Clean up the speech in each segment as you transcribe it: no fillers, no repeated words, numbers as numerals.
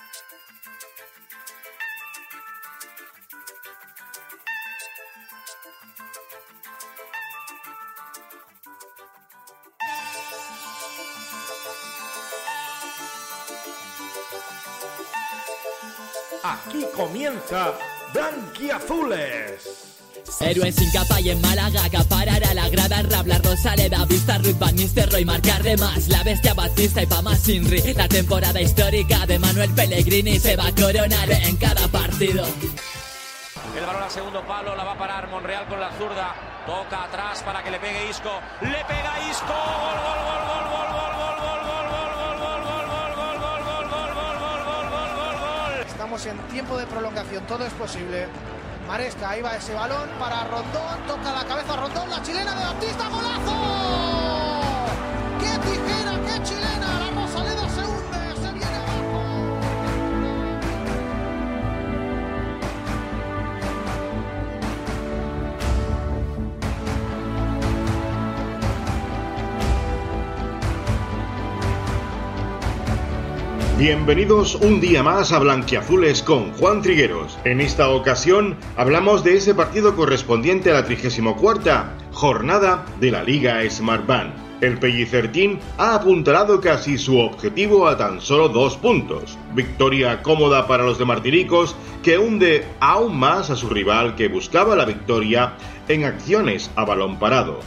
Aquí comienza Blanquiazules. Héroes sin capa y en Málaga acaparará la grada, Rabla, Rosaleda, Vista, Ruiz, Van Nistelrooy, marcar de más, la bestia Batista y Pama Sinri. La temporada histórica de Manuel Pellegrini se va a coronar en cada partido. El balón al segundo palo, la va a parar Monreal con la zurda, toca atrás para que le pegue Isco, le pega Isco, gol, gol, gol, gol, gol, gol, gol, gol, gol. Estamos en tiempo de prolongación, todo es posible. Maresca, ahí va ese balón para Rondón, toca la cabeza Rondón, la chilena de Batista, ¡golazo! ¡Qué tijera, qué chilena! La Rosaleda se hunde, se viene abajo. Bienvenidos un día más a Blanquiazules con Juan Trigueros. En esta ocasión hablamos de ese partido correspondiente a la 34ª jornada de la Liga Smartbank. El Pellicertín ha apuntalado casi su objetivo a tan solo 2 puntos. Victoria cómoda para los de Martiricos, que hunde aún más a su rival que buscaba la victoria en acciones a balón parado.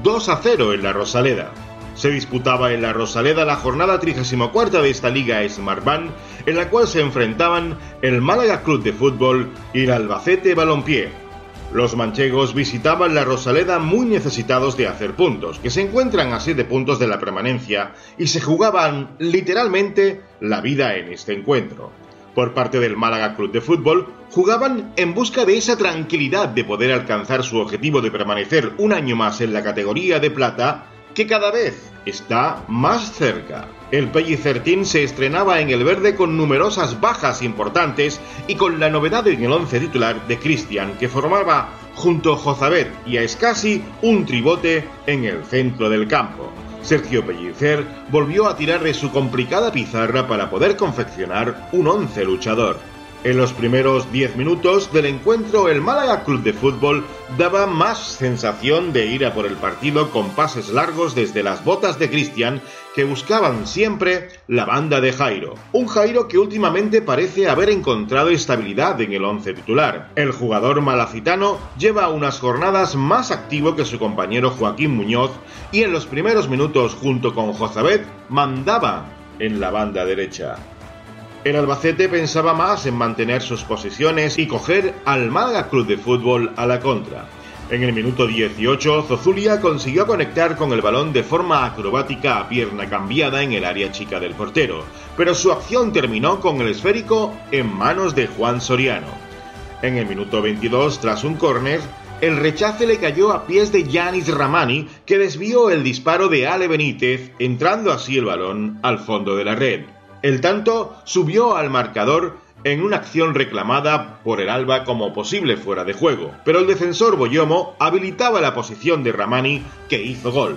2-0 en la Rosaleda. Se disputaba en la Rosaleda la jornada 34ª de esta Liga Smartbank, en la cual se enfrentaban el Málaga Club de Fútbol y el Albacete Balompié. Los manchegos visitaban la Rosaleda muy necesitados de hacer puntos, que se encuentran a 7 puntos de la permanencia y se jugaban literalmente la vida en este encuentro. Por parte del Málaga Club de Fútbol, jugaban en busca de esa tranquilidad de poder alcanzar su objetivo de permanecer un año más en la categoría de plata, que cada vez está más cerca. El Pellicertín se estrenaba en el verde con numerosas bajas importantes y con la novedad en el 11 titular de Cristian, que formaba junto a Jozabet y a Escasi un tribote en el centro del campo. Sergio Pellicer volvió a tirar de su complicada pizarra para poder confeccionar un 11 luchador. En los primeros 10 minutos del encuentro, el Málaga Club de Fútbol daba más sensación de ir a por el partido con pases largos desde las botas de Cristian, que buscaban siempre la banda de Jairo. Un Jairo que últimamente parece haber encontrado estabilidad en el 11 titular. El jugador malacitano lleva unas jornadas más activo que su compañero Joaquín Muñoz y en los primeros minutos junto con Jozabet mandaba en la banda derecha. El Albacete pensaba más en mantener sus posiciones y coger al Málaga Club de Fútbol a la contra. En el minuto 18, Zozulia consiguió conectar con el balón de forma acrobática a pierna cambiada en el área chica del portero, pero su acción terminó con el esférico en manos de Juan Soriano. En el minuto 22, tras un córner, el rechace le cayó a pies de Yanis Ramani, que desvió el disparo de Ale Benítez, entrando así el balón al fondo de la red. El tanto subió al marcador en una acción reclamada por el Alba como posible fuera de juego, pero el defensor Boyomo habilitaba la posición de Ramani, que hizo gol.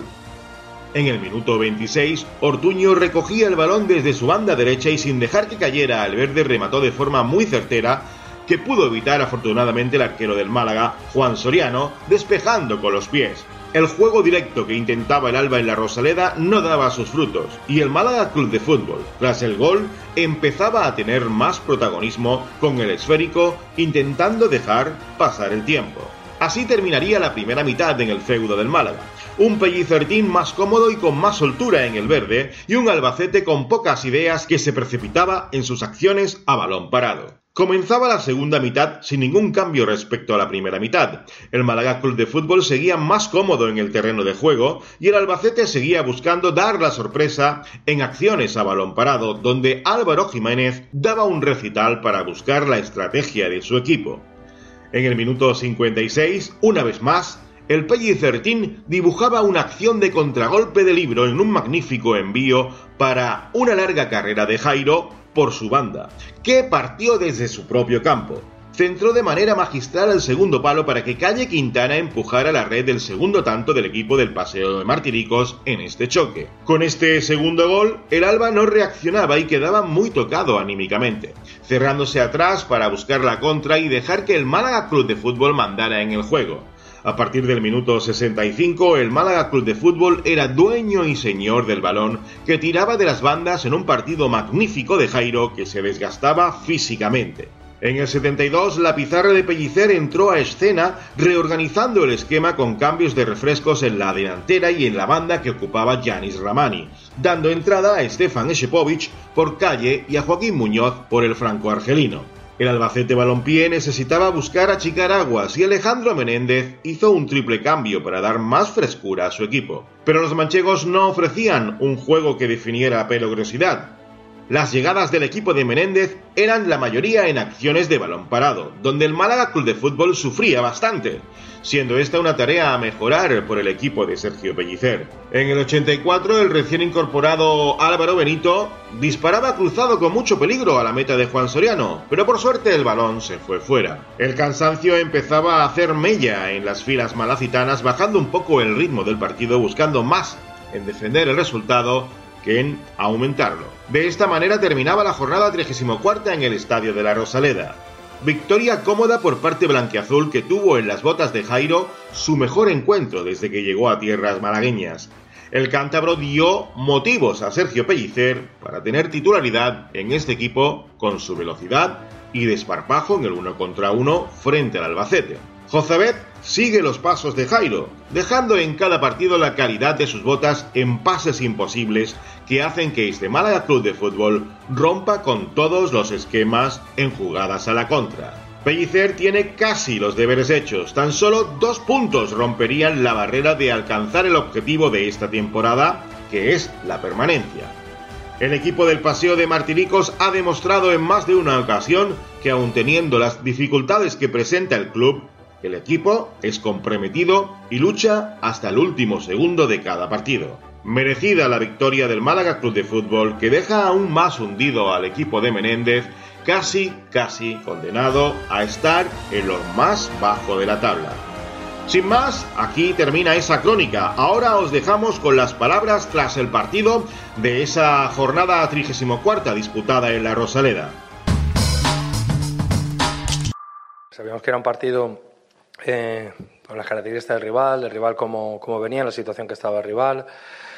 En el minuto 26, Ortuño recogía el balón desde su banda derecha y sin dejar que cayera al verde remató de forma muy certera, que pudo evitar afortunadamente el arquero del Málaga, Juan Soriano, despejando con los pies. El juego directo que intentaba el Alba en la Rosaleda no daba sus frutos, y el Málaga Club de Fútbol, tras el gol, empezaba a tener más protagonismo con el esférico, intentando dejar pasar el tiempo. Así terminaría la primera mitad en el feudo del Málaga. Un Pellicertín más cómodo y con más soltura en el verde, y un Albacete con pocas ideas que se precipitaba en sus acciones a balón parado. Comenzaba la segunda mitad sin ningún cambio respecto a la primera mitad. El Málaga Club de Fútbol seguía más cómodo en el terreno de juego y el Albacete seguía buscando dar la sorpresa en acciones a balón parado, donde Álvaro Jiménez daba un recital para buscar la estrategia de su equipo. En el minuto 56, una vez más, el Pellicertín dibujaba una acción de contragolpe de libro en un magnífico envío para una larga carrera de Jairo por su banda, que partió desde su propio campo. centró de manera magistral el segundo palo para que Calle Quintana empujara la red del segundo tanto del equipo del Paseo de Martiricos en este choque. Con este segundo gol, el Alba no reaccionaba y quedaba muy tocado anímicamente, cerrándose atrás para buscar la contra y dejar que el Málaga Club de Fútbol mandara en el juego. A partir del minuto 65, el Málaga Club de Fútbol era dueño y señor del balón, que tiraba de las bandas en un partido magnífico de Jairo que se desgastaba físicamente. En el 72, la pizarra de Pellicer entró a escena reorganizando el esquema con cambios de refrescos en la delantera y en la banda que ocupaba Yanis Ramani, dando entrada a Stefan Eshepovic por Calle y a Joaquín Muñoz por el franco-argelino. El Albacete Balompié necesitaba buscar achicar aguas y Alejandro Menéndez hizo un triple cambio para dar más frescura a su equipo. Pero los manchegos no ofrecían un juego que definiera peligrosidad. Las llegadas del equipo de Menéndez eran la mayoría en acciones de balón parado, donde el Málaga Club de Fútbol sufría bastante, siendo esta una tarea a mejorar por el equipo de Sergio Pellicer. En el 84, el recién incorporado Álvaro Benito disparaba cruzado con mucho peligro a la meta de Juan Soriano, pero por suerte el balón se fue fuera. El cansancio empezaba a hacer mella en las filas malacitanas, bajando un poco el ritmo del partido, buscando más en defender el resultado que en aumentarlo. De esta manera terminaba la jornada 34 en el Estadio de la Rosaleda. Victoria cómoda por parte blanquiazul, que tuvo en las botas de Jairo su mejor encuentro desde que llegó a tierras malagueñas. El cántabro dio motivos a Sergio Pellicer para tener titularidad en este equipo con su velocidad y desparpajo en el 1 contra 1 frente al Albacete. Jozabet sigue los pasos de Jairo, dejando en cada partido la calidad de sus botas en pases imposibles que hacen que este Málaga Club de Fútbol rompa con todos los esquemas en jugadas a la contra. Pellicer tiene casi los deberes hechos, tan solo 2 puntos romperían la barrera de alcanzar el objetivo de esta temporada, que es la permanencia. El equipo del Paseo de Martiricos ha demostrado en más de una ocasión que, aun teniendo las dificultades que presenta el club, el equipo es comprometido y lucha hasta el último segundo de cada partido. Merecida la victoria del Málaga Club de Fútbol, que deja aún más hundido al equipo de Menéndez, casi condenado a estar en lo más bajo de la tabla. Sin más, aquí termina esa crónica. Ahora os dejamos con las palabras tras el partido de esa jornada 34 disputada en la Rosaleda. Sabíamos que era un partido con las características del rival como venía, en la situación que estaba el rival,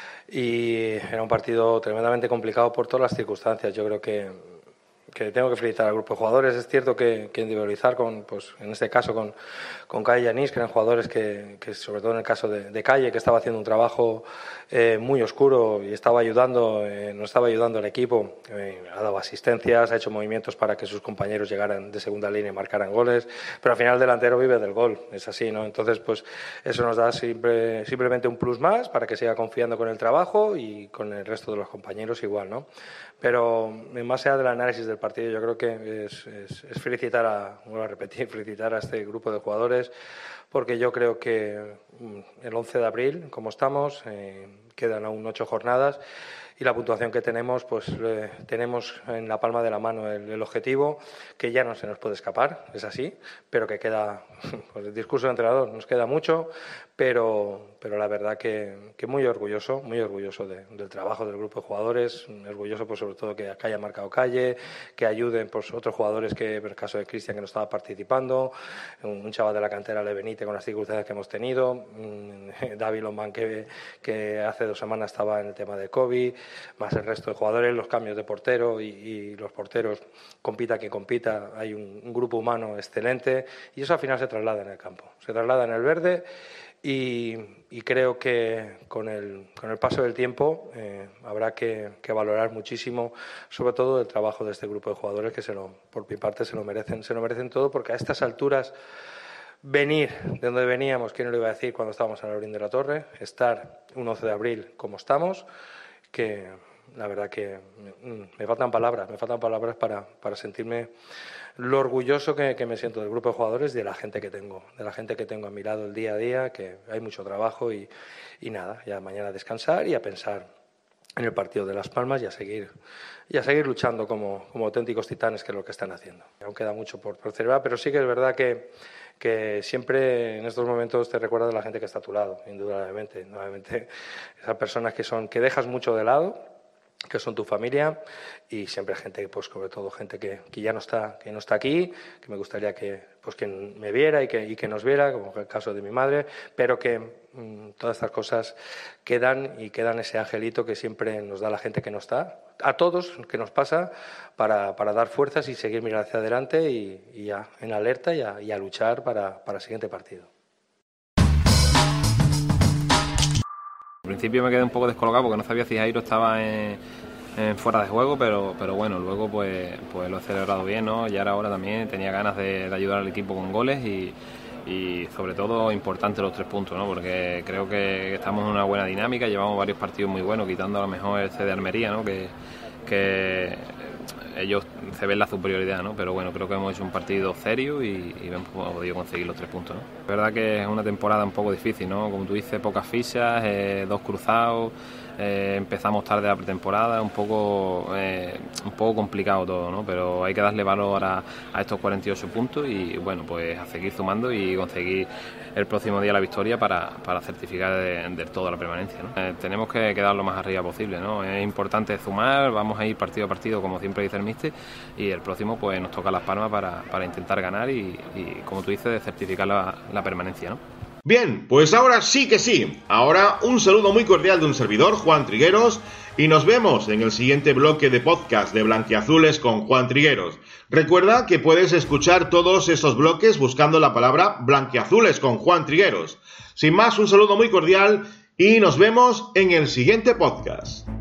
y era un partido tremendamente complicado por todas las circunstancias. Yo creo que tengo que felicitar al grupo de jugadores. Es cierto que individualizar en este caso con Calle y Yanis, que eran jugadores que sobre todo en el caso de Calle, que estaba haciendo un trabajo muy oscuro y estaba ayudando, nos estaba ayudando al equipo, ha dado asistencias, ha hecho movimientos para que sus compañeros llegaran de segunda línea y marcaran goles, pero al final el delantero vive del gol, es así, ¿no? Entonces, pues eso nos da simplemente un plus más para que siga confiando con el trabajo y con el resto de los compañeros igual, ¿no? Pero más allá del análisis del partido, yo creo que es felicitar a este grupo de jugadores, porque yo creo que el 11 de abril, como estamos, quedan aún 8 jornadas y la puntuación que tenemos, pues tenemos en la palma de la mano el objetivo, que ya no se nos puede escapar, es así, pero que queda, pues el discurso del entrenador, nos queda mucho, pero la verdad que muy orgulloso del trabajo del grupo de jugadores, orgulloso pues sobre todo que haya marcado Calle, que ayuden pues otros jugadores, que en el caso de Cristian, que no estaba participando, un chaval de la cantera, Le Benite, con las circunstancias que hemos tenido, David Lombán, que hace 2 semanas estaba en el tema de COVID, más el resto de jugadores, los cambios de portero y los porteros, compita quien compita, hay un grupo humano excelente y eso al final se traslada en el campo, se traslada en el verde. Y creo que con el paso del tiempo habrá que valorar muchísimo, sobre todo el trabajo de este grupo de jugadores, que por mi parte se lo merecen todo, porque a estas alturas venir de donde veníamos, ¿quién lo iba a decir cuando estábamos en el Orín de la Torre? Estar un 11 de abril como estamos, que la verdad que me faltan palabras para sentirme lo orgulloso que me siento del grupo de jugadores y de la gente que tengo a mi lado el día a día, que hay mucho trabajo y nada, ya mañana a descansar y a pensar el partido de Las Palmas y a seguir luchando como auténticos titanes, que es lo que están haciendo. Aún queda mucho por celebrar, pero sí que es verdad que siempre en estos momentos te recuerdas de la gente que está a tu lado, indudablemente. Nuevamente, esas personas que dejas mucho de lado, que son tu familia, y siempre gente, pues sobre todo gente que ya no está aquí, que me gustaría que me viera y que nos viera, como el caso de mi madre, pero que todas estas cosas quedan ese angelito que siempre nos da la gente que no está, a todos que nos pasa, para dar fuerzas y seguir mirando hacia adelante y ya en alerta y a luchar para el siguiente partido. Al principio me quedé un poco descolocado porque no sabía si Jairo estaba en fuera de juego, pero bueno, luego pues lo he celebrado bien, ¿no? Y ahora también tenía ganas de ayudar al equipo con goles y sobre todo importante los 3 puntos, ¿no? Porque creo que estamos en una buena dinámica, llevamos varios partidos muy buenos, quitando a lo mejor el C de Almería, ¿no? Que ellos se ven la superioridad, ¿no? Pero bueno, creo que hemos hecho un partido serio y hemos podido conseguir los 3 puntos, ¿no? Es verdad que es una temporada un poco difícil, ¿no? Como tú dices, pocas fichas, 2 cruzados, empezamos tarde la pretemporada, un poco complicado todo, ¿no? Pero hay que darle valor a estos 48 puntos y bueno, pues a seguir sumando y conseguir el próximo día la victoria para certificar del todo la permanencia, ¿no? Tenemos que quedar lo más arriba posible, ¿no? Es importante sumar, vamos a ir partido a partido, como siempre dice el míster, y el próximo pues nos toca Las Palmas para intentar ganar y como tú dices, certificar la permanencia, ¿no? Bien, pues ahora sí que sí. Ahora un saludo muy cordial de un servidor, Juan Trigueros, y nos vemos en el siguiente bloque de podcast de Blanquiazules con Juan Trigueros. Recuerda que puedes escuchar todos estos bloques buscando la palabra Blanquiazules con Juan Trigueros. Sin más, un saludo muy cordial y nos vemos en el siguiente podcast.